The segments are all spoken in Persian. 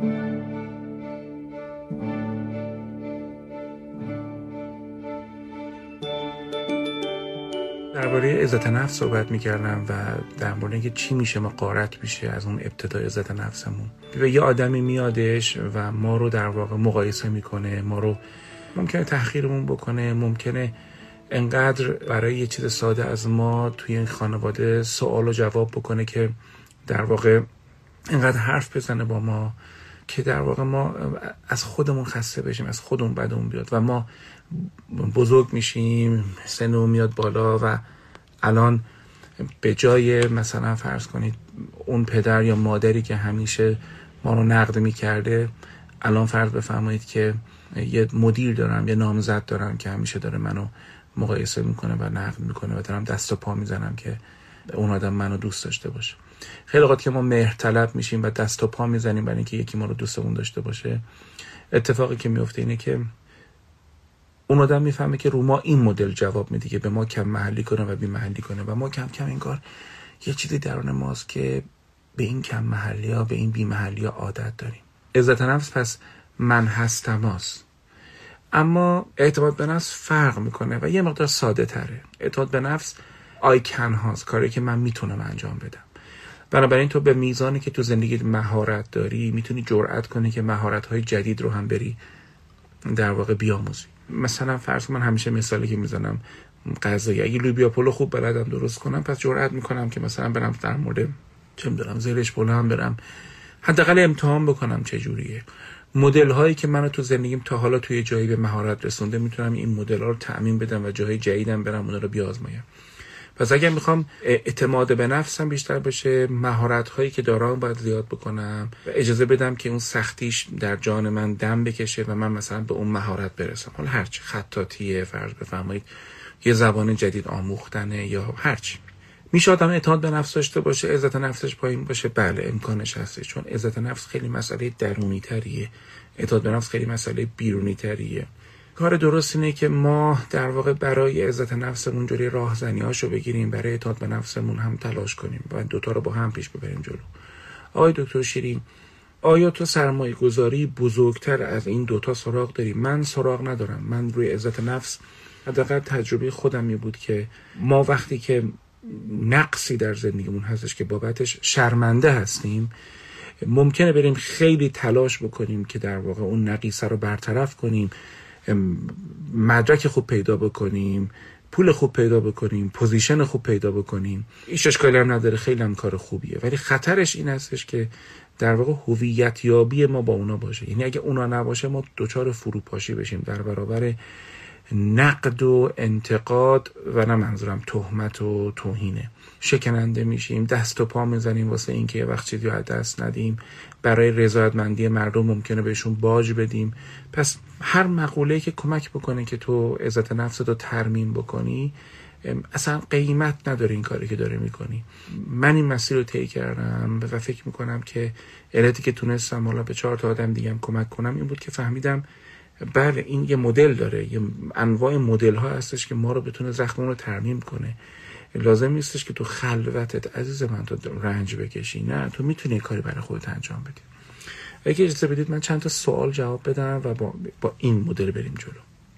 درباره عزت نفس صحبت می‌کردم و در مورد اینکه چی میشه ما غارت میشه از اون ابتدای عزت نفسمون. یه آدمی میادش و ما رو در واقع مقایسه میکنه، ما رو ممکنه تحقیرمون بکنه، ممکنه انقدر برای یه چیز ساده از ما توی این خانواده سوال و جواب بکنه که در واقع انقدر حرف بزنه با ما که در واقع ما از خودمون خسته بشیم، از خودمون بدمون بیاد و ما بزرگ میشیم، سنمون میاد بالا و الان به جای مثلا فرض کنید اون پدر یا مادری که همیشه ما رو نقد میکرده، الان فرض بفرمایید که یه مدیر دارم، یه نامزد دارم که همیشه داره منو مقایسه میکنه و نقد میکنه و دارم دست و پا میزنم که اون آدم منو دوست داشته باشه. خیلی وقت که ما مهر طلب میشیم و دست و پا میزنیم برای اینکه یکی ما رو دوستمون داشته باشه، اتفاقی که میفته اینه که اون آدم میفهمه که رو ما این مدل جواب میده که به ما کم محلی کنه و بی محلی کنه و ما کم کم انگار یه چیزی درون ماست که به این کم محلی ها، به این بی محلی ها عادت داریم. عزت نفس پس من هستم هاست. اما اعتماد به نفس فرق میکنه و یه مقدار ساده تره. اعتماد به نفس I can هاست، کاری که من میتونم انجام بدم. بنابراین تو به میزانی که تو زندگیت مهارت داری میتونی جرأت کنی که مهارت‌های جدید رو هم بری در واقع بیاموزی. مثلا فرض کن من همیشه مثالی که میزنم غذایی، اگه لوبیا پلو خوب بلدم درست کنم پس جرأت میکنم که مثلا برم در مورد چه میدونم زرش پلو هم برم حداقل امتحان بکنم چه جوریه. مدل هایی که منو تو زندگیم تا حالا توی جایی به مهارت رسونده میتونم این مدل ها رو تعمیم بدم و جاهای جدیدم برم اونها رو بیازمایم. پس اگه میخوام اعتماد به نفسم بیشتر بشه، مهارت هایی که دارم باید زیاد بکنم و اجازه بدم که اون سختیش در جان من دم بکشه و من مثلا به اون مهارت برسم. حالا هرچی، خطاطیه، فرض بفرمایید یه زبان جدید آموختنه یا هرچی. میشه آدم اعتماد به نفس داشته باشه، عزت نفسش پایین باشه؟ بله، امکانش هست، چون عزت نفس خیلی مسئله درونی تریه، اعتماد به نفس خیلی مسئله بیرونی تریه. کار درست اینه که ما در واقع برای عزت نفسمون جلوی راهزنی‌هاشو بگیریم، برای اعتماد به نفسمون هم تلاش کنیم و دوتا رو با هم پیش ببریم جلو. آقای دکتر شیرین، آیا تو سرمایه گذاری بزرگتر از این دوتا سراغ داری؟ من سراغ ندارم. من روی عزت نفس حداقل تجربه خودم می بود که ما وقتی که نقصی در زندگیمون هستش که بابتش شرمنده هستیم، ممکنه بریم خیلی تلاش بکنیم که در واقع اون نقیصه رو برطرف کنیم، مدرک خوب پیدا بکنیم، پول خوب پیدا بکنیم، پوزیشن خوب پیدا بکنیم. هیچ اشکالی هم نداره، خیلی هم کار خوبیه، ولی خطرش این هستش که در واقع هویت یابی ما با اونا باشه. یعنی اگه اونا نباشه ما دچار فروپاشی بشیم در برابر نقد و انتقاد و نه منظورم تهمت و توهینه، شکننده میشیم، دست و پا میزنیم واسه اینکه یه وقت چیزی از دست ندیم، برای رضایتمندی مردم ممکنه بهشون باج بدیم. پس هر مقوله‌ای که کمک بکنه که تو عزت نفست رو ترمیم بکنی اصلا قیمت نداره این کاری که داره میکنی. من این مسیر رو طی کردم و فکر میکنم که علتی که تونستم حالا به 4 تا آدم دیگه هم کمک کنم این بود که فهمیدم بله این یه مدل داره، یه انواع مدل ها هستش که ما رو بتونه زخممون رو ترمیم کنه. لازم نیستش که تو خلوتت عزیز من تو رنج بکشی، نه، تو میتونی کاری برای خودت انجام بدی. اگه اجازه بدید من چند تا سوال جواب بدم و با این مدل بریم جلو.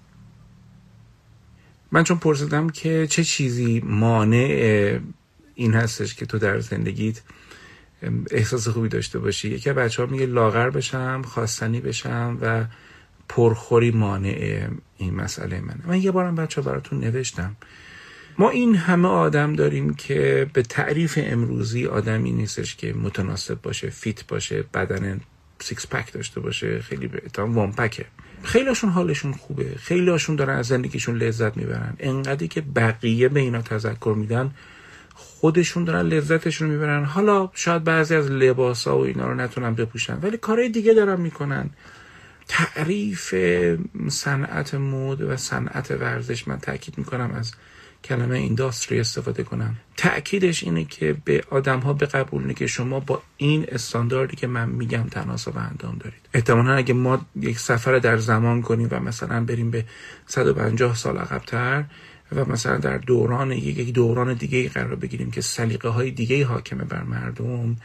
من چون پرسیدم که چه چیزی مانع این هستش که تو در زندگیت احساس خوبی داشته باشی، یکی از بچه‌ها میگه لاغر بشم، خواستنی بشم و پرخوری مانع این مسئله منه. من یه بارم بچه‌ها براتون نوشتم ما این همه آدم داریم که به تعریف امروزی آدمی نیستش که متناسب باشه، فیت باشه، بدن سیکس پک داشته باشه، خیلی به اتهام وان پکه. خیلی هاشون حالشون خوبه، خیلی هاشون دارن از زندگیشون لذت میبرن، انقدری که بقیه به اینا تذکر میدن خودشون دارن لذتشون میبرن. حالا شاید بعضی از لباسا و اینا رو نتونن بپوشن ولی کارهای دیگه دارن میکنن. تعریف صنعت مد و صنعت ورزش، من تاکید میکنم از کلمه اینداستری استفاده کنم، تأکیدش اینه که به آدم‌ها بقبولونه که شما با این استانداردی که من میگم تناسب اندام دارید. احتمالاً اگه ما یک سفر در زمان کنیم و مثلا بریم به 150 سال عقب‌تر و مثلا در دوران یک دوران دیگه قرار بگیریم که سلیقه‌های دیگه حاکمه بر مردم،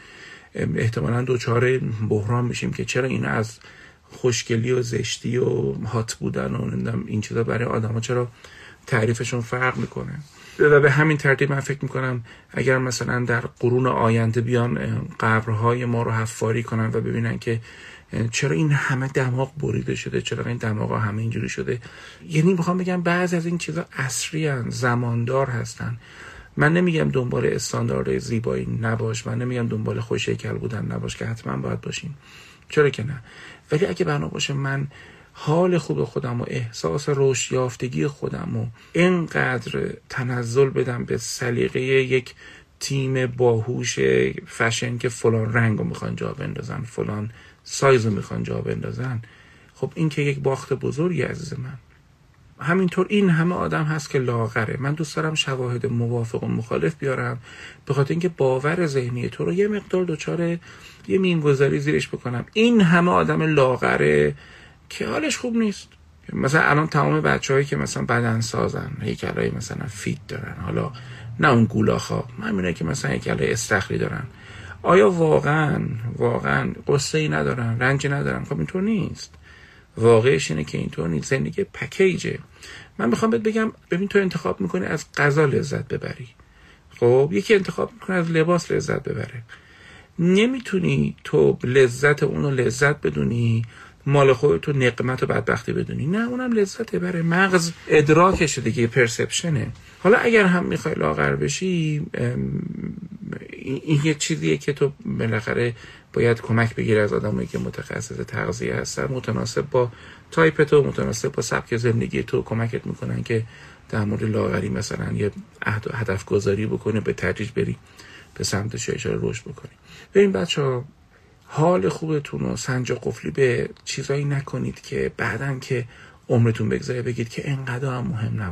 احتمالاً دوچار بحران میشیم که چرا این از خوشگلی و زشتی و هات بودن و این چیزا برای آدما چرا تعریفشون فرق میکنه. و به همین ترتیب من فکر میکنم اگر مثلا در قرون آینده بیان قبرهای ما رو حفاری کنن و ببینن که چرا این همه دماغ بریده شده، چرا این دماغ همه اینجوری شده، یعنی میخوام بگم بعضی از این چیزا عصری هستن، زماندار هستن. من نمیگم دنبال استانداردهای زیبایی نباش، من نمیگم دنبال خوش هیکل بودن نباش که حتما باید باشیم، چرا که نه، ولی اگه بنا باشه من حال خوب خودم و احساس رشد یافتگی خودم و اینقدر تنزل بدم به سلیقه یک تیم باهوش فشن که فلان رنگو میخوان جا بندازن، فلان سایزو میخوان جا بندازن، خب این که یک باخت بزرگی عزیز من. همینطور این همه آدم هست که لاغره. من دوست دارم شواهد موافق و مخالف بیارم به خاطر اینکه باور ذهنی تو رو یه مقدار دوچار یه مینگذاری زیرش بکنم. این همه آدم لاغره که حالش خوب نیست. مثلا الان تمام بچه‌هایی که مثلا بدن سازن، هیکلای مثلا فیت دارن، حالا نه اون گولاخا، همینه که مثلا هیکلای استخری دارن، آیا واقعا قصه‌ای ندارن، رنجی ندارن؟ خب اینطور نیست. واقعش اینه که اینطور نیست. زندگی پکیجه. من میخوام بهت بگم ببین تو انتخاب میکنی از غذا لذت ببری، خب یکی انتخاب میکنه از لباس لذت ببره. نمیتونی تو لذت اونو لذت بدونی، مال خودتو نقمت و بدبختی بدونی. نه، اونم لذته، برای مغز ادراکشه دیگه، پرسپشنه. حالا اگر هم میخوای لاغر بشی، این یک چیزیه که تو بالاخره باید کمک بگیری از آدمایی که متخصص تغذیه هستن، متناسب با تایپ تو، متناسب با سبک زندگی تو کمکت میکنن که در مورد لاغری مثلا یه هدف گذاری بکنی، به تدریج بری به سمتش اشاره رشد بکنی. ببین بچه‌ها، حال خوبتون رو سنج قفلی به چیزایی نکنید که بعدن که عمرتون بگذره بگید که انقدر هم مهم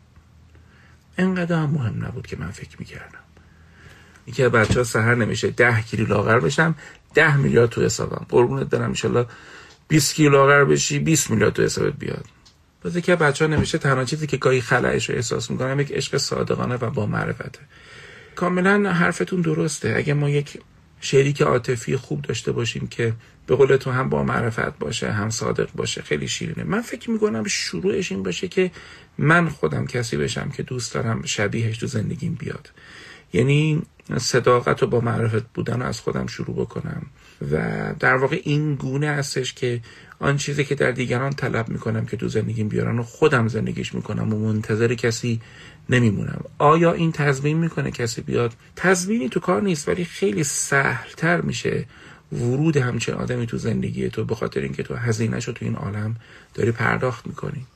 نبود که من فکر میکردم. یکی از بچه‌ها سحر نمیشه 10 کیلو لاغر بشم 10 میلیارد تو حسابم. قربونت برم، ان شاءالله 20 کیلو لاغر بشی 20 میلیارد تو حسابت بیاد. باز یکی از بچه‌ها نمیشه تنها چیزی که گاهی خلأش رو احساس میکنم یک عشق صادقانه و با معرفته. کاملا حرفتون درسته. اگه ما یک شریک عاطفی خوب داشته باشیم که به قول تو هم با معرفت باشه هم صادق باشه، خیلی شیرینه. من فکر میکنم شروعش این باشه که من خودم کسی بشم که دوست دارم شبیهش تو زندگیم بیاد. یعنی صداقت و با معرفت بودن رو از خودم شروع بکنم و در واقع این گونه هستش که آن چیزی که در دیگران طلب میکنم که تو زندگیم بیارن و خودم زندگیش میکنم و منتظر کسی نمیمونم. آیا این تضمین میکنه کسی بیاد؟ تضمینی تو کار نیست، ولی خیلی سهلتر میشه ورود همچین آدمی تو زندگی تو، به خاطر اینکه تو هزینه‌شو تو این عالم داری پرداخت میکنی.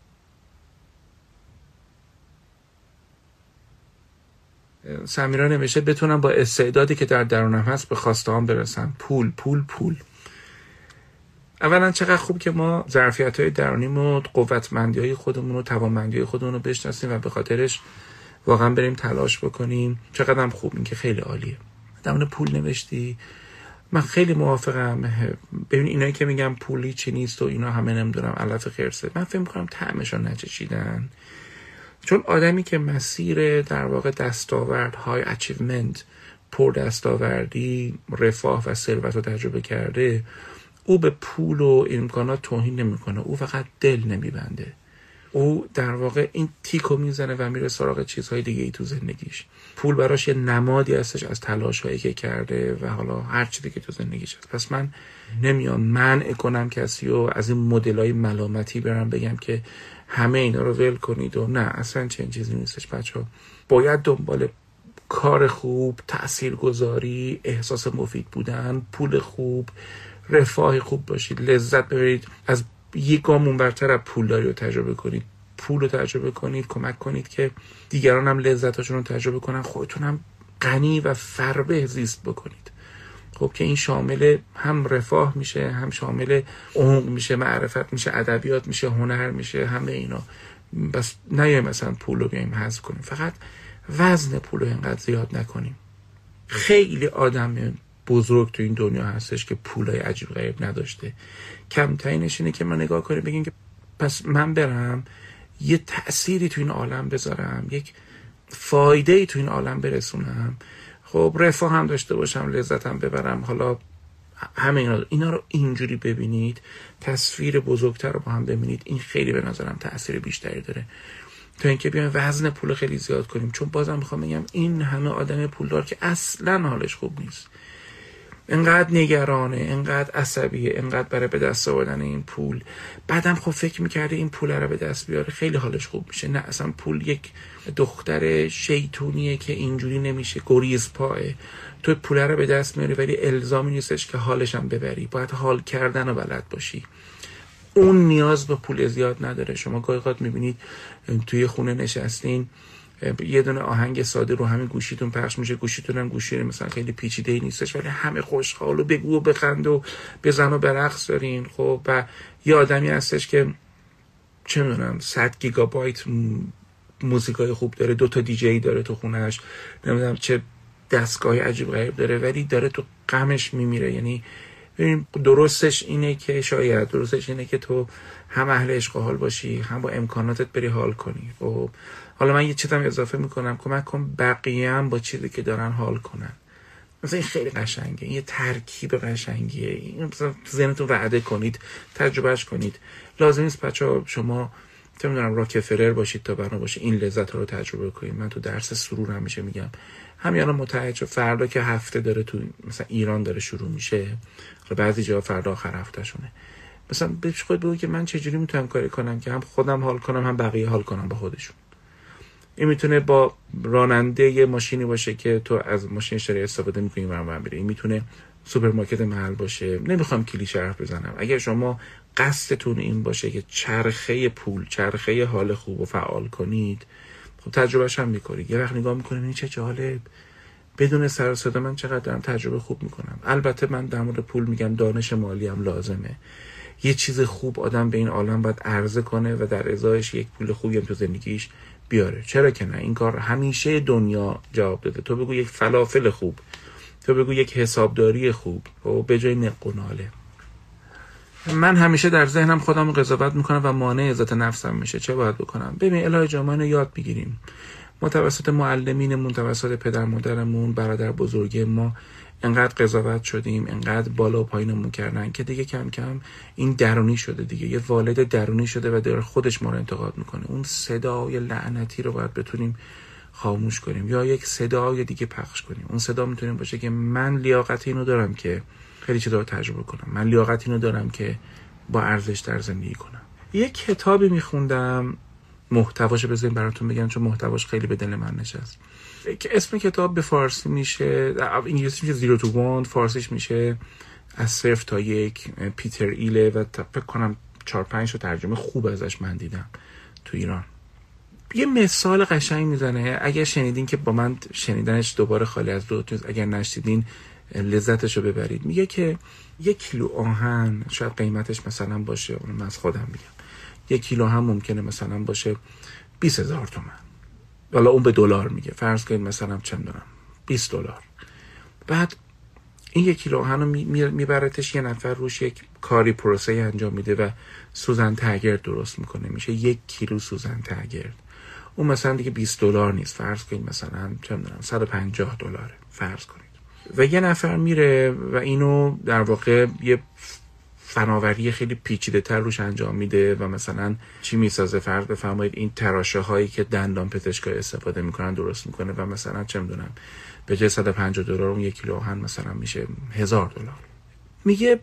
سمیرا نوشته بتونم با استعدادی که در درونم هست به خواسته‌هام برسم. پول پول پول. اولا چقدر خوب که ما ظرفیت‌های درونیمون، قوتمندی‌های خودمون و توانمندی‌های خودمون رو بشناسیم و به خاطرش واقعا بریم تلاش بکنیم. چقدر هم خوب، این که خیلی عالیه. در مورد پول نوشتی، من خیلی موافقم. ببین اینایی که میگم پولی چی نیست و اینا همه نمیدونم علف خرسه، من فکر می‌کنم طعمشو نچشیدن. چون آدمی که مسیر در واقع دستاورد های اچیومنت، پر دستاوردی، رفاه و ثروت رو تجربه کرده، او به پول و امکانات توهین نمیکنه، او فقط دل نمیبنده. او در واقع این تیکو میزنه و میره سراغ چیزهای دیگه ای تو زندگیش. پول براش یه نمادی هستش از تلاش‌هایی که کرده و حالا هر چیزی که تو زندگیش هست. پس من نمیام منع کنم کسی و از این مدل‌های ملامتی برم بگم که همه اینا رو ول کنید و نه، اصلا چنین چیزی نیستش بچه‌ها. باید دنبال کار خوب، تاثیرگذاری، احساس مفید بودن، پول خوب، رفاه خوب باشید، لذت ببرید، از یک گام اونورتر از پولداری رو تجربه کنید. پول رو تجربه کنید، کمک کنید که دیگران هم لذتاشون رو تجربه کنن، خودتون هم غنی و فربه زیست بکنید. خب که این شامل هم رفاه میشه، هم شامل عمق میشه، معرفت میشه، ادبیات میشه، هنر میشه، همه اینا. بس نه مثلا پول رو بیایم حذف کنیم، فقط وزن پول رو اینقدر زیاد نکنیم. خیلی آدم بزرگ تو این دنیا هستش که پولای عجیب غریب نداشته. کمترینش اینه که ما نگاه کنیم بگیم که پس من برم یه تأثیری تو این عالم بذارم، یک فایده‌ای تو این عالم برسونم. خب رفاه هم داشته باشم، لذتم ببرم. حالا همه اینا رو اینجوری ببینید، تصویر بزرگتر رو با هم ببینید. این خیلی به نظرم تأثیر بیشتری داره تا اینکه بیایم وزن پول خیلی زیاد کنیم. چون بازم میخوام بگم این همه آدم پولدار که اصلا حالش خوب نیست، انقدر نگرانه، انقدر عصبیه، انقدر برای به دست آوردن این پول. بعدم خب فکر میکرده این پول رو به دست بیاره خیلی حالش خوب میشه. نه، اصلا پول یک دختر شیطونیه که اینجوری نمیشه، گریز پاه. تو پول رو به دست میاری ولی الزامی نیستش که حالش هم ببری، باید حال کردن رو بلد باشی. اون نیاز به پول زیاد نداره. شما گاهی اوقات میبینید توی خونه نشستین، یه دونه آهنگ ساده رو همین گوشیتون پخش میشه، گوشیتون هم گوشی مثلا خیلی پیچیده‌ای نیستش ولی همه خوشحال و بگو و بخند و بزن و برقص دارین. خب و یه آدمی هستش که چه میدونم 100 گیگابایت موزیکای خوب داره، 2 تا دیجی داره تو خونهش، نمیدونم چه دستگاه عجیب غریب داره، ولی داره تو غمش میمیره. یعنی درستش اینه که تو هم اهل عشق و حال باشی، هم با امکاناتت بری حال کنی. خب حالا من یه چیزم اضافه میکنم، کمک کن بقیه هم با چیزی که دارن حال کنن. مثلا این خیلی قشنگه، این یه ترکیب قشنگیه. این مثلا ذهنتون وعده کنید، تجربهش کنید. لازم نیست بچه‌ها شما چه میدونم راکفلر باشید تا بنا باشه این لذت رو تجربه کنید. من تو درس سرور همیشه میگم همین الان متوجه شو فردا که هفته داره تو مثلا ایران داره شروع میشه، بعضی جاها فردا آخر هفته شونه، مثلا بهش خود بگو که من چجوری میتونم کاری کنم که هم خودم حال کنم هم بقیه حال کنم با خودشون. این میتونه با راننده یه ماشینی باشه که تو از ماشینش داری استفاده میکنی برام بری، این میتونه سوپرمارکت محل باشه. نمیخوام کلیشه حرف بزنم. اگر شما قصدتون این باشه که چرخه پول، چرخه حال خوب و فعال کنید، خب تجربهش هم میکنید. یه وقت نگاه میکنید این چه جالب، بدون سر و صدا من چقدر دارم تجربه خوب میکنم. البته من در مورد پول میگم دانش مالی هم لازمه. یه چیز خوب آدم به این عالم باید عرضه کنه و در ازایش یک پول خوبی هم تو زندگیش بیاره. چرا که نه؟ این کار همیشه دنیا جواب داده. تو بگو یک فلافل خوب، تو بگو یک حسابداری خوب و به جای نق و ناله. من همیشه در ذهنم خودم قضاوت میکنم و مانع عزت نفسم میشه. چه باید بکنم؟ ببین الهی جان، ما اینو یاد بگیریم متوسط معلمینمون، توسط پدر مادرمون، برادر بزرگ ما انقدر قضاوت شدیم، انقدر بالا و پایینمون کردن که دیگه کم کم این درونی شده دیگه. یه والد درونی شده و داره خودش ما رو انتقاد میکنه. اون صدای لعنتی رو باید بتونیم خاموش کنیم یا یک صدای دیگه پخش کنیم. اون صدا میتونه باشه که من لیاقت اینو دارم که خیلی چیزا رو تجربه کنم، من لیاقت اینو دارم که با ارزش در زندگی کنم. یک کتابی میخوندم، محتواشو بذاریم براتون بگم چون محتواش خیلی به دل من نشست. که اسم کتاب به فارسی میشه، انگلیسی میشه زیرو تو وان، فارسیش میشه از صفر تا یک، پیتر ایله و فکر کنم 4-5 تا ترجمه خوب ازش من دیدم تو ایران. یه مثال قشنگ میزنه، اگر شنیدین که با من شنیدنش دوباره خالی از دوتون، اگر نشنیدین لذتشو ببرید. میگه که 1 کیلو آهن شاید قیمتش مثلا باشه، من از خودم میگم 1 کیلو هم ممکنه مثلا باشه 20,000 تومان. حالا اون به دلار میگه، فرض کنید مثلا چند دارم $20. بعد این 1 کیلو آهن رو میبرتش، یه نفر روش یک کاری پروسه انجام میده و سوزن تگرد درست میکنه، میشه 1 کیلو سوزن تگرد. اون مثلا دیگه $20 نیست، فرض کنید مثلا چند دارم $150 فرض کنید. و یه نفر میره و اینو در واقع یه فناوری خیلی پیچیده تر روش انجام میده و مثلا چی میسازه، فرض بفرمایید این تراشه هایی که دندان پزشکا استفاده میکنن درست میکنه و مثلا چه میدونم به جای $150 اون 1 کیلو آهن مثلا میشه $1,000. میگه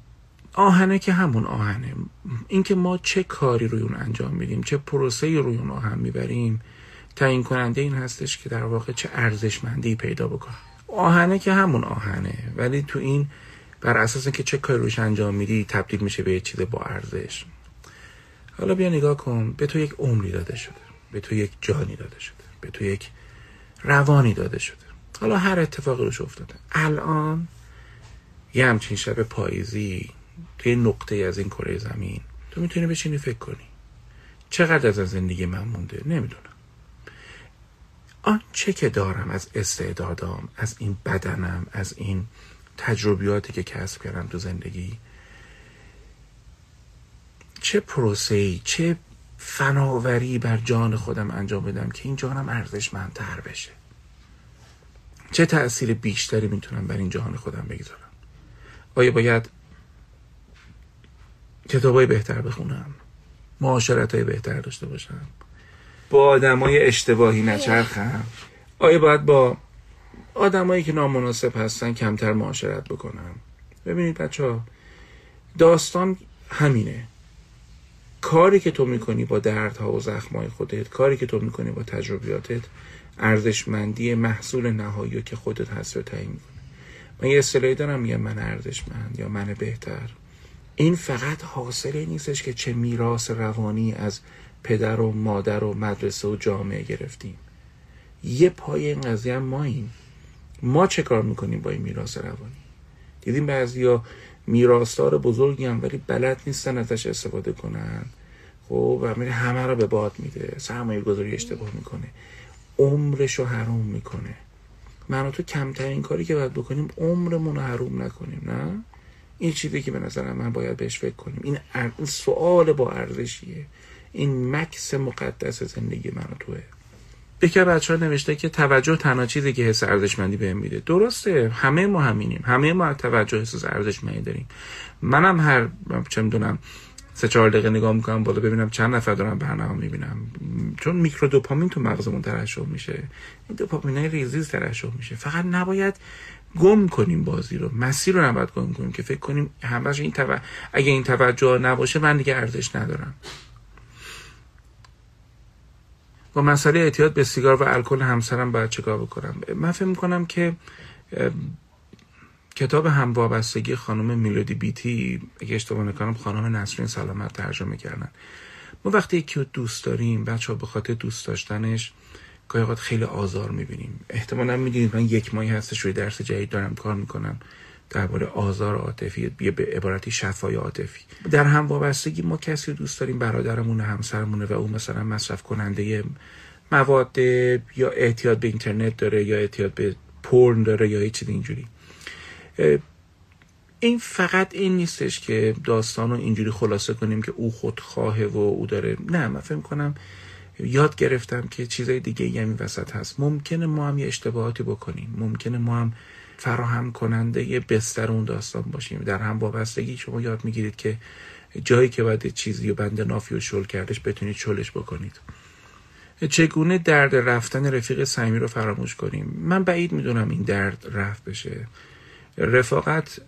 آهنه که همون آهنه، این که ما چه کاری روی اون انجام میدیم، چه پروسه‌ای روی اون آهن میبریم تعیین کننده این هستش که در واقع چه ارزشمندی پیدا بکنه. آهنه که همون آهنه، ولی تو این بر اساس اینکه چه کاری روش انجام میدی تبدیل میشه به یه چیز با ارزش. حالا بیا نگاه کن، به تو یک عمری داده شده، به تو یک جانی داده شده، به تو یک روانی داده شده. حالا هر اتفاقی روش افتاده. الان یه همچین شب پاییزی توی نقطه از این کره زمین تو میتونی بشینی فکر کنی چقدر از زندگی من مونده. نمیدونم آنچه که دارم از استعدادام، از این بدنم، از این تجربیاتی که کسب کردم تو زندگی، چه پروسه‌ای، چه فناوری بر جان خودم انجام بدم که این جانم ارزشمندتر بشه. چه تأثیر بیشتری میتونم بر این جهان خودم بگذارم؟ آیا باید کتابای بهتر بخونم؟ معاشرتای بهتر داشته باشم؟ با آدمای اشتباهی نچرخم؟ آیا باید با آدمایی که نامناسب هستن کمتر معاشرت بکنم؟ ببینید بچه‌ها، داستان همینه. کاری که تو میکنی با دردها و زخمای خودت، کاری که تو میکنی با تجربیاتت، ارزشمندی محصول نهایی که خودت هست رو تعیین میکنه. من یه اصطلاحی دارم میگم من ارزشمند یا من بهتر. این فقط حاصلی نیستش که چه میراث روانی از پدر و مادر و مدرسه و جامعه گرفتیم. یه پای این قضیه هم ما چه کار میکنیم با این میراث روانی؟ دیدیم بعضیا میراثدار بزرگی هم ولی بلد نیستن ازش استفاده کنن. خب و همه رو به باد میده، سرمایه گذاری اشتباه میکنه، عمرشو حروم میکنه. من و تو کمترین کاری که باید بکنیم عمرمون رو حروم نکنیم. نه، این چیزی که به نظر من باید بهش فکر کنیم. این سوال با ارزشیه، این مکس مقدس زندگی من و توه. یکی از بچه‌ها نوشته که توجه تنها چیزی که حس ارزشمندی بهم میده. درسته، همه ما همینیم، همه ما توجه حس ارزشمندی داریم. منم هر چه میدونم 3-4 دقیقه نگاه میکنم بالا ببینم چند نفر دارن برنامه میبینم، چون میکرو دوپامین تو مغزمون ترشح میشه. این دوپامینای ریزیز ترشح میشه. فقط نباید گم کنیم بازی رو، مسیر رو نباید گم کنیم که فکر کنیم همش اگه این توجه نباشه من دیگه ارزش ندارم. با مسئله اعتیاد به سیگار و الکل همسرم باید چیکار بکنم؟ من فکر میکنم که کتاب هموابستگی خانم میلودی بیتی، اگه اشتباه نکنم خانم نسرین سلامت ترجمه کردن. ما وقتی یکی رو دوست داریم، بچه‌ها به خاطر دوست داشتنش گاهی اوقات خیلی آزار میبینیم. احتمالاً میدونید من 1 ماهی هستش روی درس جدید دارم کار میکنم درباره آزار عاطفی، یا به عبارتی شفای عاطفی. در هموابستگی ما کسی رو دوست داریم، برادرمونه، همسرمونه، و اون مثلا مصرف کننده مواد یا اعتیاد به اینترنت داره یا اعتیاد به پورن داره یا هیچ چیز اینجوری. این فقط این نیستش که داستان رو اینجوری خلاصه کنیم که او خودخواهه و او داره. نه، من فهم کنم یاد گرفتم که چیزای دیگه همین وسط هست. ممکنه ما هم یه اشتباهاتی بکنیم، ممکنه ما هم فراهم کننده یه بستر اون داستان باشیم. در هم وابستگی شما یاد میگیرید که جایی که باید چیزی و بند نافی و شل کردش بتونید شلش بکنید. چگونه درد رفتن رفیق صمیمی رو فراموش کنیم؟ من بعید میدونم این درد رفت بشه. رفاقت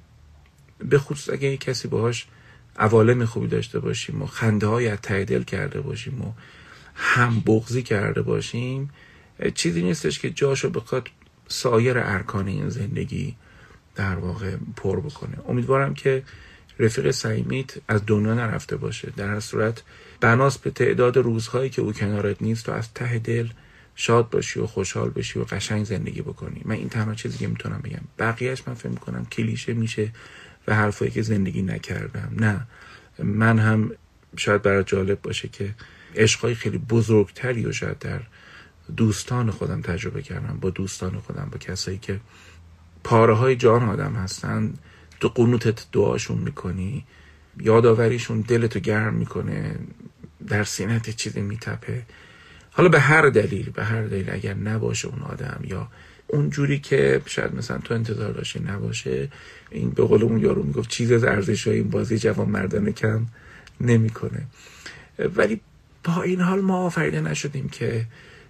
به خصوص اگه یک کسی باهاش عوالم خوبی داشته باشیم و خنده های از ته دل کرده باشیم و هم بغضی کرده باشیم، چیزی نیستش که جاشو بخواد سایر ارکان این زندگی در واقع پر بکنه. امیدوارم که رفیق صمیمیت از دنیا نرفته باشه. در هر صورت بناس به تعداد روزهایی که او کنارت نیست و از ته دل شاد باشی و خوشحال باشی و قشنگ زندگی بکنی. من این تنها چیزی که میتونم بگم. بقیهش من فکر میکنم کلیشه میشه و حرفایی که زندگی نکردم. نه، من هم شاید برای جالب باشه که عشقای خیلی بزرگتری و شاید در دوستان خودم تجربه کردم، با دوستان خودم، با کسایی که پاره های جان آدم هستن. تو قنوتت دعاشون میکنی، یاداوریشون دلتو گرم میکنه، در سینه‌ت چیزی میتپه. حالا به هر دلیل اگر نباشه اون آدم یا اون جوری که شاید مثلا تو انتظار داشتی نباشه، این به قول اون یارو میگفت چیز از ارزش‌های این بازی جوان مردانه کم نمیکنه. ولی با این حال ما آفریده نشدیم که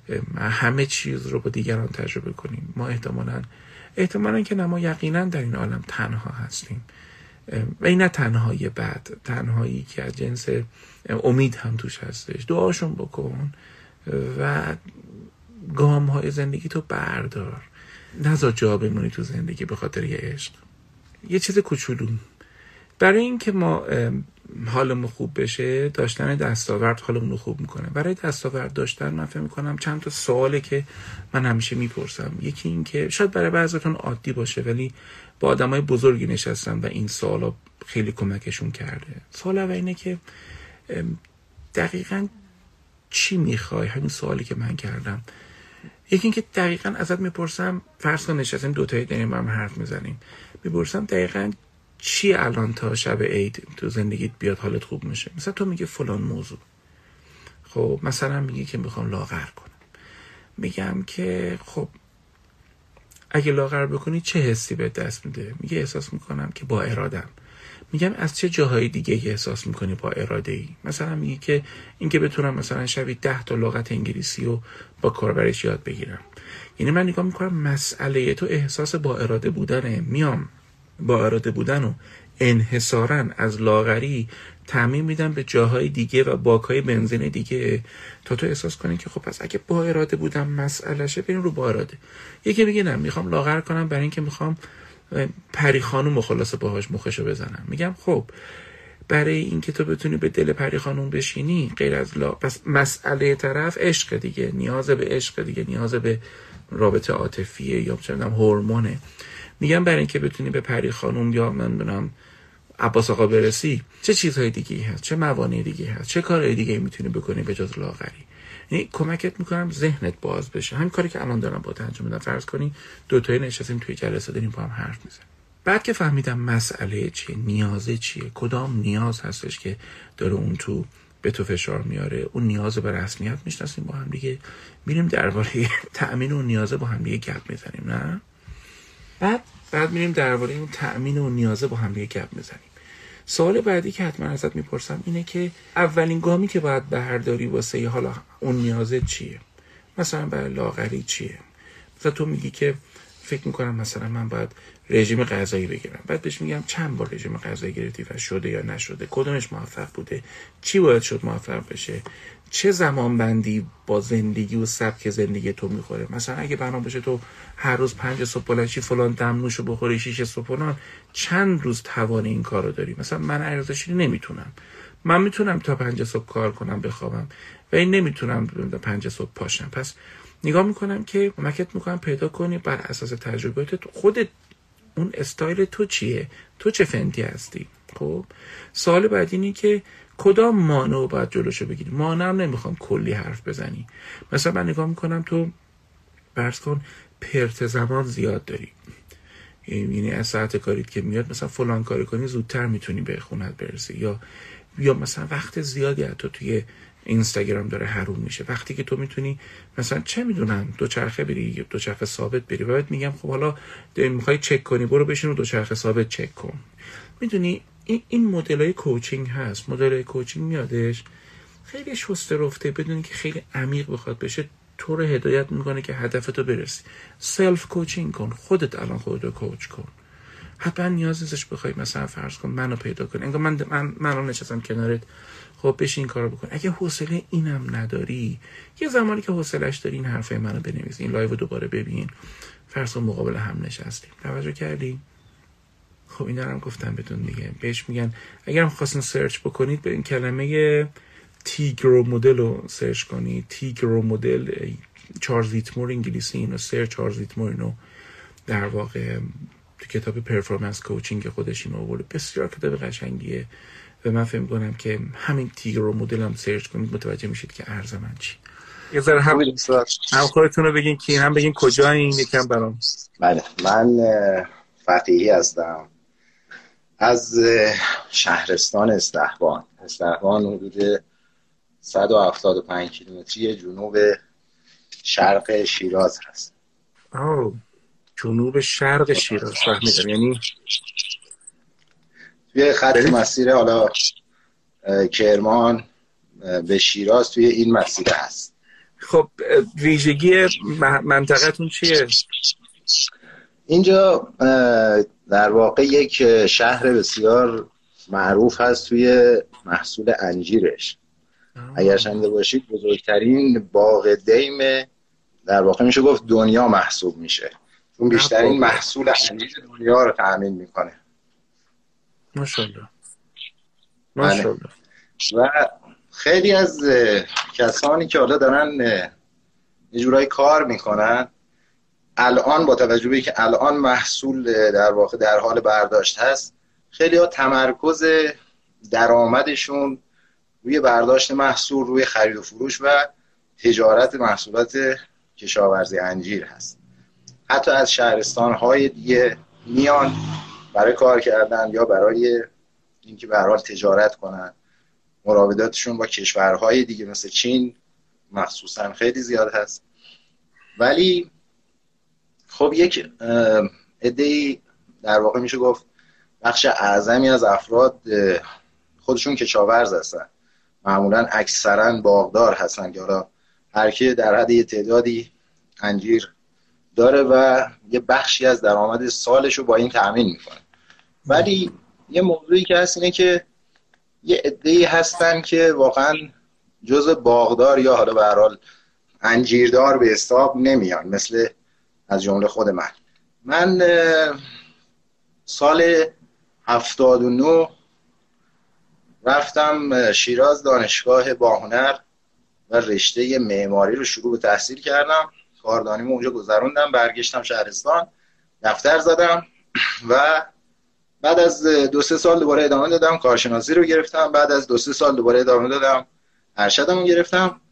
همه چیز رو با دیگران تجربه کنیم. ما احتمالاً که نه، ما یقینا در این عالم تنها هستیم و این نه تنهایی بد، تنهایی که از جنس امید هم توش هستش. دعاشون بکن و گام های زندگی تو بردار، نذار جا بمونی تو زندگی به خاطر یه عشق. یه چیز کوچولو برای این که ما حالمون خوب بشه، داشتن دستاورد حالمون رو خوب میکنه. برای دستاورد داشتن من فکر میکنم چند تا سواله که من همیشه میپرسم. یکی این که شاید برای بعضیتون عادی باشه ولی با آدمای بزرگی نشستم و این سوالا خیلی کمکشون کرده. سوال اول اینه که دقیقاً چی میخوای؟ همین سوالی که من کردم. یکی این که دقیقاً ازت میپرسم، فرض کن نشستیم دوتایی داریم با هم حرف میزنیم، میپرسم دقیقاً چی الان تا شب عید تو زندگیت بیاد حالت خوب میشه. مثلا تو میگه فلان موضوع، خب مثلا میگی که میخوام لاغر کنم، میگم که خب اگه لاغر بکنی چه حسی به دست میده؟ میگه احساس میکنم که با ارادم. میگم از چه جاهای دیگه احساس میکنی با اراده ای؟ مثلا میگه که اینکه بتونم مثلا شبی 10 تا لغت انگلیسی رو با کاربرش یاد بگیرم. یعنی من نگاه میکنم مسئله تو احساس با اراده بودنه. میام با اراده بودن و انحصاراً از لاغری تعمیم میدم به جاهای دیگه و باکای بنزین دیگه تا تو احساس کنی که خب پس اگه با اراده بودم مسئلهشه، بریم رو با اراده. یکی میگه نه میخوام لاغر کنم برای اینکه میخوام پری خانوم خلاصه باهاش مخشو بزنم. میگم خب برای اینکه تو بتونی به دل پری خانوم بشینی غیر از پس مسئله طرف عشق دیگه، نیاز به عشق دیگه، نیاز به رابطه عاطفیه یا چه میدونم هورمونه. میگم برای اینکه بتونی به پری خانوم یا من میدونم عباس آقا برسی چه چیزهای دیگه هست، چه موانع دیگه هست، چه کارهای دیگه میتونی بکنی به جز لاغری. یعنی کمکت میکنم ذهنت باز بشه. همین کاری که الان دارم با انجام میدم. فرض کنی دوتایی نشستیم توی جلسه داریم با هم حرف میزنیم. بعد که فهمیدم مسئله چیه، نیازه چیه، کدام نیاز هستش که داره اون تو به تو فشار میاره، اون نیاز به رسمیت میشناسیم با هم دیگه، میریم درباره تأمین اون نیازه با هم دیگه گپ میزنیم. نه بعد میریم درباره اون تأمین اون نیازه با هم دیگه گپ میزنیم. سوال بعدی که حتما ازت میپرسم اینه که اولین گامی که باید برداری واسه حالا اون نیازه چیه؟ مثلا برای لاغری چیه؟ مثلا تو میگی که فکر میکنم مثلا من باید رژیم غذایی بگیرم. بعد بهش میگم چند بار رژیم غذایی گرفتی و شده یا نشده؟ کدومش موفق بوده؟ چی باید شد موفق بشه؟ چه زمان بندی با زندگی و سبک زندگی تو میخوره؟ مثلا اگه برنامه بشه تو هر روز 5 صبح بلنشی فلان دمنوشو بخوری، 6 صبح فلان، چند روز توان این کارو داری؟ مثلا من ارزشی نمیتونم. من میتونم تا 5 صبح کار کنم بخوابم و این نمیتونم 5 صبح پاشم. پس نگاه میکنم که کمکت میکنم پیدا کنی بر اساس تجربیات خودت اون استایل تو چیه، تو چه فنتی هستی. خب سوال بعدی اینه که کدام مانع باید جلوشو بگیری. مانع هم نمیخوام کلی حرف بزنی. مثلا من نگاه میکنم تو فرض کن پرت زمان زیاد داری، یعنی از ساعت کاریت که میاد مثلا فلان کاری کنی زودتر میتونی به خونت برسی، یا مثلا وقت زیادی تو توی اینستاگرام داره حروم میشه، وقتی که تو میتونی مثلا چه میدونم دوچرخه بری، دوچرخه ثابت بری. بعد میگم خب حالا میخوای چک کنی برو بشین و دوچرخه ثابت چک کن. میدونی این مدلای کوچینگ هست. مدلای کوچینگ میادش خیلی شسته رفته بدون که خیلی عمیق بخواد بشه، تو رو هدایت میکنه که هدفتو برسی. سلف کوچینگ کن، خودت الان خودتو کوچ کن. حتما نیاز نیستش بخوای مثلا فرض کن منو پیدا کن، انگار من الان نشستم کنارت، خب بشین کارو بکن. اگه حوصله اینم نداری، یه زمانی که حوصله‌اش داری این حرفای منو بنویس، این لایو دوباره ببین، فرض کن مقابل هم نشستیم. توجه کردی؟ خب اینا رو هم گفتم بدون دیگه. بهش میگن اگرم خواستین سرچ بکنید به این کلمه تیگرو مدل رو سرچ کنید. تیگرو مدل چارلز ویتمور انگلیسی، اینو سر چارلز ویتمور اینو در واقع تو کتاب پرفورمنس کوچینگ خودش اینو آورده. بسیار کتاب قشنگیه و من فهم کنم که همین تیگرو مدل هم سرچ کنید متوجه میشید که عرض من چی. یه ذره هم خودتون رو بگین کی، هم بگین کجا این یکم برام. بله، من فتیحی هستم از شهرستان استهوان. حدود 175 کیلومتری جنوب شرق شیراز هست. جنوب شرق شیراز، فهمیدم. یعنی توی خط مسیر حالا کرمان به شیراز توی این مسیر هست. خب ویژگی منطقتون چیه؟ اینجا در واقع یک شهر بسیار معروف هست توی محصول انجیرش. اگر شنیده باشید بزرگترین باغ دیم در واقع میشه گفت دنیا محسوب میشه، چون بیشترین محصول انجیر دنیا رو تأمین میکنه. ماشاءالله. و خیلی از کسانی که حالا دارن یه جورایی کار میکنن الان، با توجه به که الان محصول در واقع در حال برداشت هست، خیلی ها تمرکز درآمدشون روی برداشت محصول، روی خرید و فروش و تجارت محصولات کشاورزی انجیر هست. حتی از شهرستان‌های دیگه میان برای کار کردن یا برای اینکه به هر حال تجارت کنن. مراوداتشون با کشورهای دیگه مثل چین مخصوصا خیلی زیاد هست. ولی خب یک عده‌ای در واقع میشه گفت بخش اعظمی از افراد خودشون کشاورز هستن، معمولا اکثرا باغدار هستن که حالا هر کی در حد یه تعدادی انجیر داره و یه بخشی از درآمد سالش رو با این تأمین میکنه. ولی یه موضوعی که هست اینه که یه عده‌ای هستن که واقعا جزء باغدار یا حالا به هر حال انجیردار به حساب نمیان، مثل از جمله خود من سال 79 رفتم شیراز دانشگاه باهنر و رشته معماری رو شروع به تحصیل کردم. کاردانیمو اونجا گذروندم، برگشتم شهرستان، دفتر زدم و بعد از 2-3 سال دوباره ادامه دادم، کارشناسی رو گرفتم. بعد از 2-3 سال دوباره ادامه دادم، ارشدم رو گرفتم.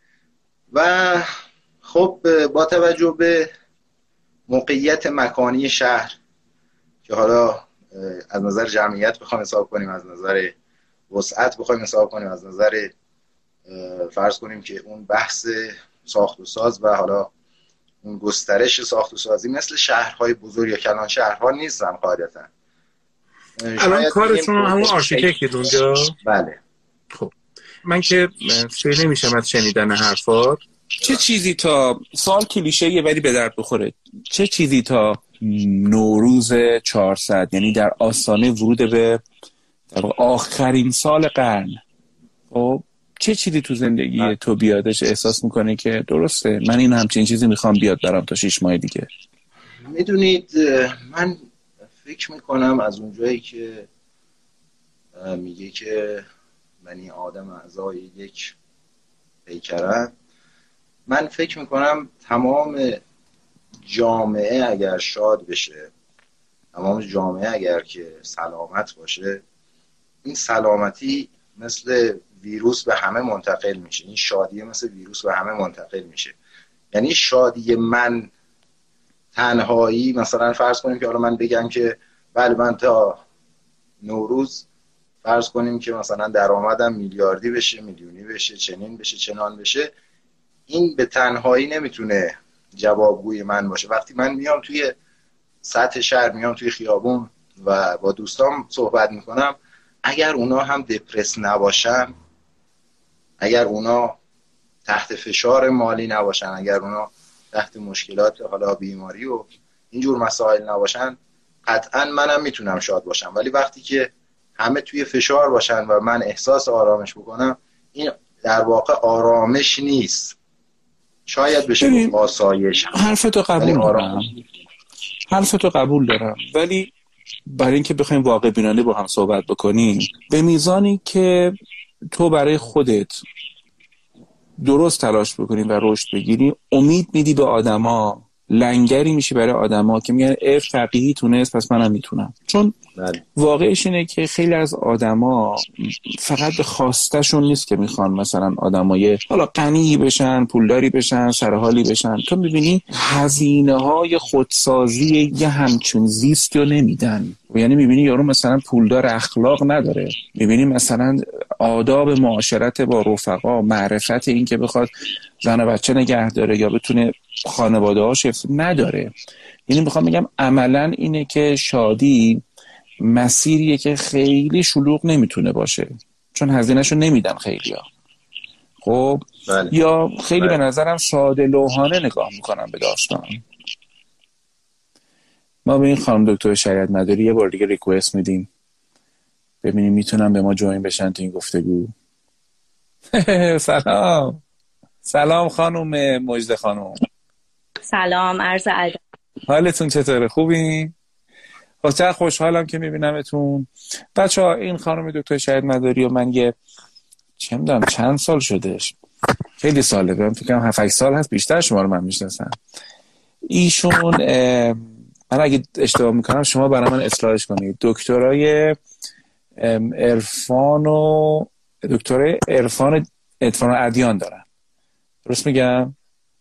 و خب با توجه به موقعیت مکانی شهر که حالا از نظر جمعیت بخوایم حساب کنیم، از نظر وسعت بخوایم حساب کنیم، از نظر فرض کنیم که اون بحث ساخت و ساز و حالا اون گسترش ساخت و سازی مثل شهرهای بزرگ یا کلان شهرها نیستن قاعدتا. الان کارشون همون آرشیتکت اونجا؟ بله. خب من که سوی نمیشم از شنیدن حرفات. چه چیزی تا سال کلیشه‌ایه ولی به درد بخوره، چه چیزی تا نوروز 400 یعنی در آستانه ورود به در آخرین سال قرن، خب چه چیزی تو زندگی تو بیادش احساس میکنه که درسته من این همچین چیزی میخوام بیاد برام تا 6 ماه دیگه؟ میدونید من فکر میکنم از اونجایی که میگه که بنی آدم اعضای یک پیکرن، من فکر میکنم تمام جامعه اگر شاد بشه، تمام جامعه اگر که سلامت باشه، این سلامتی مثل ویروس به همه منتقل میشه، این شادی مثل ویروس به همه منتقل میشه. یعنی شادی من تنهایی، مثلا فرض کنیم که حالا من بگم که بله من تا نوروز فرض کنیم که مثلا درآمدم میلیاردی بشه، میلیونی بشه، چنین بشه، چنان بشه، این به تنهایی نمیتونه جوابگوی من باشه. وقتی من میام توی سطح شهر، میام توی خیابون و با دوستام صحبت میکنم، اگر اونا هم دپرس نباشن، اگر اونا تحت فشار مالی نباشن، اگر اونا تحت مشکلات حالا بیماری و اینجور مسائل نباشن، قطعا منم میتونم شاد باشم. ولی وقتی که همه توی فشار باشن و من احساس آرامش بکنم، این در واقع آرامش نیست، شاید بشه آسایش. حرفتو قبول دارم، ولی برای اینکه بخوایم واقع بینانه با هم صحبت بکنیم، به میزانی که تو برای خودت درست تلاش بکنی و رشد بگیری، امید میدی به آدما، لنگری میشی برای آدما که میگن فقیهی تونست پس منم میتونم. چون واقعش اینه که خیلی از آدما فقط به خواستشون نیست که میخوان مثلا آدمای حالا غنی بشن، پولداری بشن، سرحالی بشن. تو میبینی هزینه‌های خودسازی یه همچون زیستی رو نمیدن. یعنی میبینی یارو مثلا پولدار اخلاق نداره، میبینی مثلا آداب معاشرت با رفقا، معرفت این که بخواد زن و بچه نگه داره یا بتونه خانواده‌هاش نداره. یعنی میخوام بگم عملاً اینه که شادی مسیریه که خیلی شلوغ نمیتونه باشه، چون هزینه‌شو نمیدن خیلیا. خب یا خیلی به نظرم ساده لوحانه نگاه میکنم به داستان. ما به این خانم دکتر شریعت مداری یه بار دیگه ریکوست میدیم، ببینیم میتونم به ما جوین بشن تو این گفتگو. سلام خانم مجده خانم. سلام، عرض ادب. حالتون چطوره؟ خوبین؟ چقدر خوشحالم که میبینمتون. بچه‌ها این خانم دکتر شریعت مداری و من یه چند سال شدهش، خیلی ساله، من فکر کنم 7-8 سال هست بیشتر شما رو من میشناسم. ایشون من اگه اشتباه میکنم شما برای من اصلاحش کنید، دکترای عرفان و دکترای عرفان ادیان دارن، درست میگم؟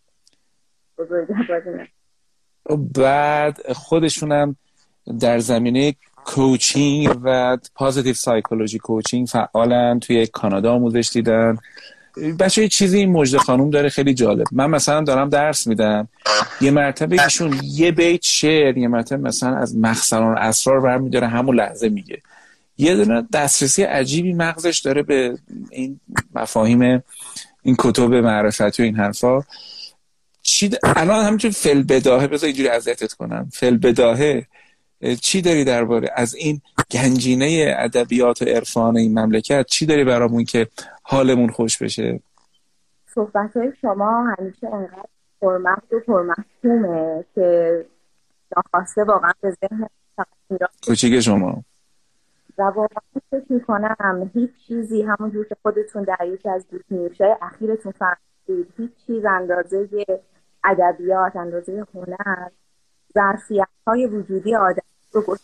بعد خودشونم در زمینه کوچینگ و پازیتیو سایکولوژی کوچینگ فعالن، توی کانادا آموزش دیدن بچه یه چیزی این مژده خانوم داره خیلی جالب. من مثلا دارم درس میدم، یه مرتبه ایشون یه بیت شعر، یه مرتبه مثلا از مخزن اسرار برمی‌داره همون لحظه میگه. یه دونه دسترسی عجیبی مغزش داره به این مفاهیم این کتب معرفتی و این حرفا. الان همینجور فلبداهه، بذار اینجوری اذیتت کنم، فلبداهه چی داری درباره از این گنجینه ادبیات و عرفان این مملکت، چی داری برامون که حالمون خوش بشه؟ صحبت‌های شما همیشه انقدر پرمغز و پرمفهومه که ناخواسته واقعا به ذهن میاد. کوچیک شما و واقعا فکر میکنم هیچ چیزی، همونجور که خودتون در یکی از نیوش‌های اخیرتون فرمودید، هیچ چیز اندازه ادبیات، اندازه هنر، ظرفیت‌های وجودی آدم رو گفت.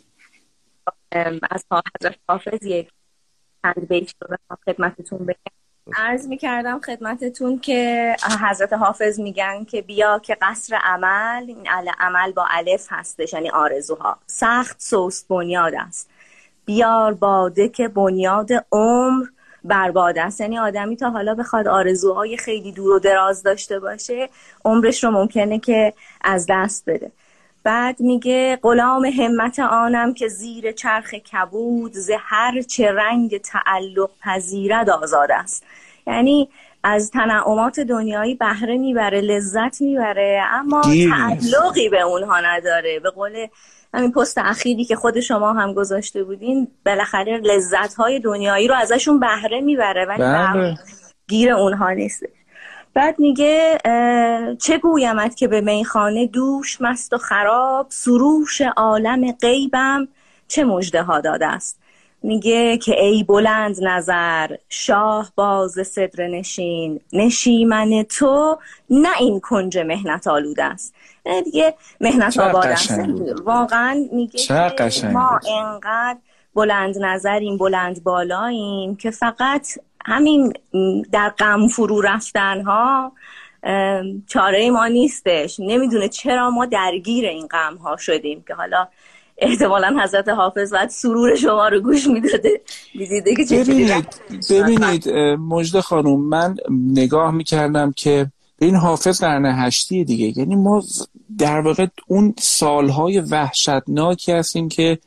از حضرت حافظ یک چند بیت رو بخوام خدمتتون بگم. عرض می‌کردم خدمتتون که حضرت حافظ میگن که بیا که قصر عمل، این عمل با الف هستش، یعنی آرزوها، سخت سست بنیاد است. بیار باده که بنیاد عمر برباد است. یعنی آدمی تا حالا بخواد آرزوهای خیلی دور و دراز داشته باشه، عمرش رو ممکنه که از دست بده. بعد میگه غلام همت آنم که زیر چرخ کبود، ز هر چه رنگ تعلق پذیرد آزاد است. یعنی از تنعمات دنیایی بهره میبره، لذت میبره، اما تعلقی به اونها نداره. به قول همین پست اخیری که خود شما هم گذاشته بودین، بالاخره لذت‌های دنیایی رو ازشون بهره میبره ولی گیر اونها نیست. بعد میگه چه گویمت که به میخانه دوش مست و خراب، سروش عالم غیبم چه مژده ها داده است. میگه که ای بلند نظر شاه باز صدر نشین، نشیمن تو نه این کنج مهنت آلوده است. دیگه مهنت آباد است. واقعا میگه که ما انقدر بلند نظریم، بلند بالاییم که فقط همین در غم فرو رفتن ها چاره ما نیستش. نمیدونه چرا ما درگیر این غم ها شدیم که حالا احتمالاً حضرت حافظ بعد سرور شما رو گوش میداده میدیده که ببینید مژده خانوم، من نگاه میکردم که این حافظ قرن 8 دیگه، یعنی ما در واقع اون سالهای وحشتناکی هستیم که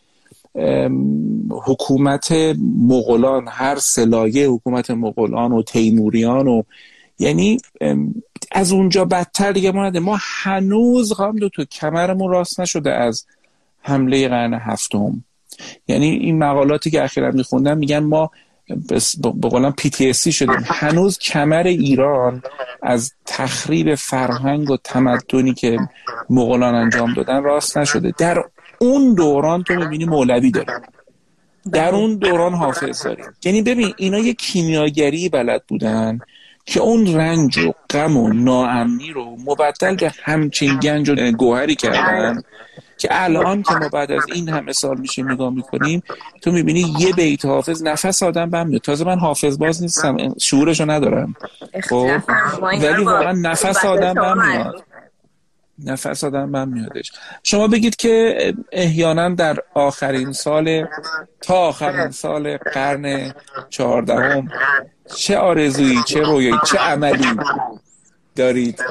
حکومت مغولان، هر سلایه حکومت مغولان و تیموریان و یعنی از اونجا بدتر دیگه ما هنوز تو کمرمون راست نشده از حمله قرن 7. یعنی این مقالاتی که اخیراً میخوندم میگن ما به قولم PTSD شدیم. هنوز کمر ایران از تخریب فرهنگ و تمدنی که مغولان انجام دادن راست نشده. در اون دوران تو میبینی مولوی داریم، در اون دوران حافظ داریم. یعنی ببین اینا یه کیمیاگری بلد بودن که اون رنج و غم و ناامنی رو مبدل به همچین گنج و گوهری کردن که الان که ما بعد از این همه سال میشه نگاه میکنیم، تو میبینی یه بیت حافظ نفس آدم بهم میاد. تازه من حافظ باز نیستم، شعورشو ندارم، خب ولی واقعا نفس آدم بهم میاد، نفس آدم بهم میادش. شما بگید که احیانا در آخرین سال تا آخرین سال قرن 14 چه آرزویی، چه رویایی، چه عملی دارید؟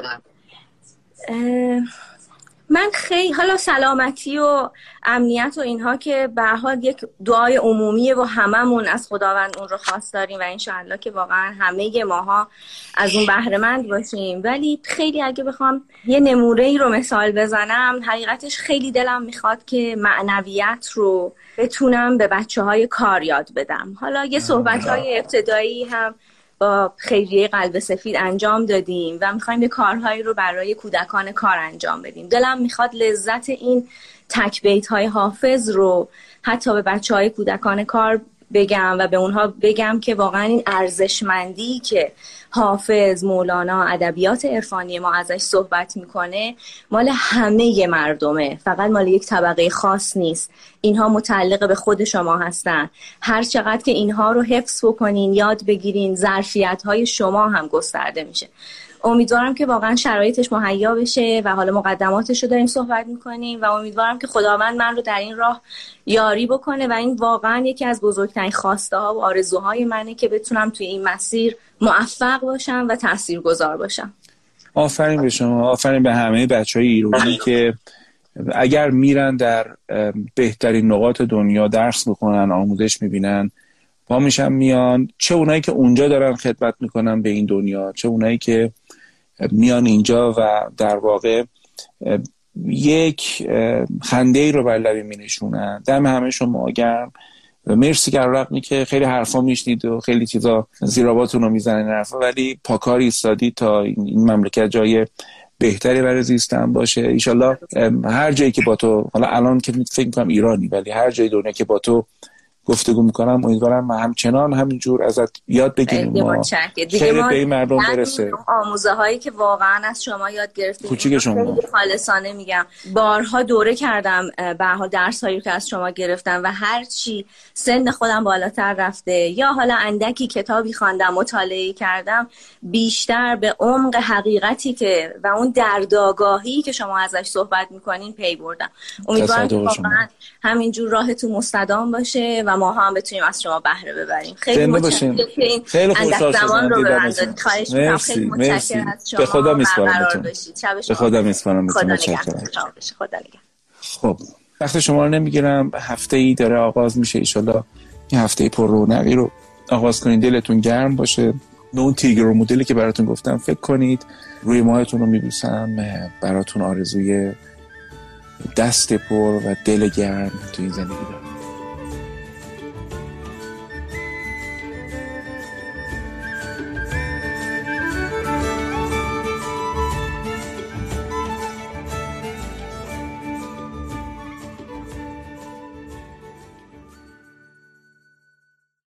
من خیلی حالا سلامتی و امنیت و اینها که به هر حال یک دعای عمومیه و هممون از خداوند اون رو خواست داریم و انشاءالله که واقعا همه ماها از اون بهره مند باشیم. ولی خیلی اگه بخوام یه نمونه‌ای رو مثال بزنم، حقیقتش خیلی دلم میخواد که معنویت رو بتونم به بچه‌های کار یاد بدم. حالا یه صحبت‌های ابتدایی هم با خیریه قلب سفید انجام دادیم و میخوایم یه کارهایی رو برای کودکان کار انجام بدیم. دلم میخواد لذت این تک بیت‌های حافظ رو حتی به بچه‌های کودکان کار بگم و به اونها بگم که واقعا این ارزشمندی که حافظ، مولانا، ادبیات عرفانی ما ازش صحبت میکنه مال همه مردمه، فقط مال یک طبقه خاص نیست. اینها متعلق به خود شما هستن. هر چقدر که اینها رو حفظ بکنین، یاد بگیرین، ظرفیت‌های شما هم گسترده میشه. امیدوارم که واقعا شرایطش مهیا بشه و حالا مقدماتش رو داریم صحبت میکنیم و امیدوارم که خداوند من رو در این راه یاری بکنه و این واقعا یکی از بزرگترین خواسته ها و آرزوهای منه که بتونم توی این مسیر موفق باشم و تاثیرگذار باشم. آفرین به شما، آفرین به همه بچهای ایرانی که اگر میرن در بهترین نقاط دنیا درس بکنن، آموزش میبینن، پا میشن میان، چه اونایی که اونجا دارن خدمت میکنن به این دنیا، چه اونایی که میان اینجا و در واقع یک خنده‌ای رو بر لب مینشونن. دم همه شما گرم و مرسی که رغمی که خیلی حرفا میشنید و خیلی چیزا زیراباتون رو میزنن حرفا، ولی پاکاری ایستادی تا این مملکت جای بهتری برای زیستن باشه. ایشالله هر جایی که با تو، حالا الان که فکر میکنم ایرانی، ولی هر جای دنیا که با تو گفتگو میکنم امیدوارم همچنان همینجور ازت یاد بگیریم ما خیلی به این مردم برسه. آموزه هایی که واقعا از شما یاد گرفتیم کوچیک شما، خالصانه میگم، بارها دوره کردم به هر حال درس هایی که از شما گرفتم و هر چی سن خودم بالاتر رفته یا حالا اندکی کتابی خواندم، مطالعه کردم، بیشتر به عمق حقیقتی که و اون دردآگاهی که شما ازش صحبت میکنین پی بردم. امیدوارم که واقعا همینجور راهتون مستدام باشه و ما هم بتونیم از شما بهره ببریم. خیلی متشکرم که این اندک زمان رو به من دادید. خواهش می‌کنم. خیلی متشکرم از شما. به خدا میسپارم. به خدا میسپارم. متشکرم. خب وقت شما رو نمیگیرم. هفته‌ای داره آغاز میشه، ان شاءالله این هفته پر رونقی رو آغاز کنید، دلتون گرم باشه. اون تیگر رو مدلی که براتون گفتم فکر کنید، روی ماهتون رو میبوسم، براتون آرزوی دست پر و دل گرم تو این زندگی دارم.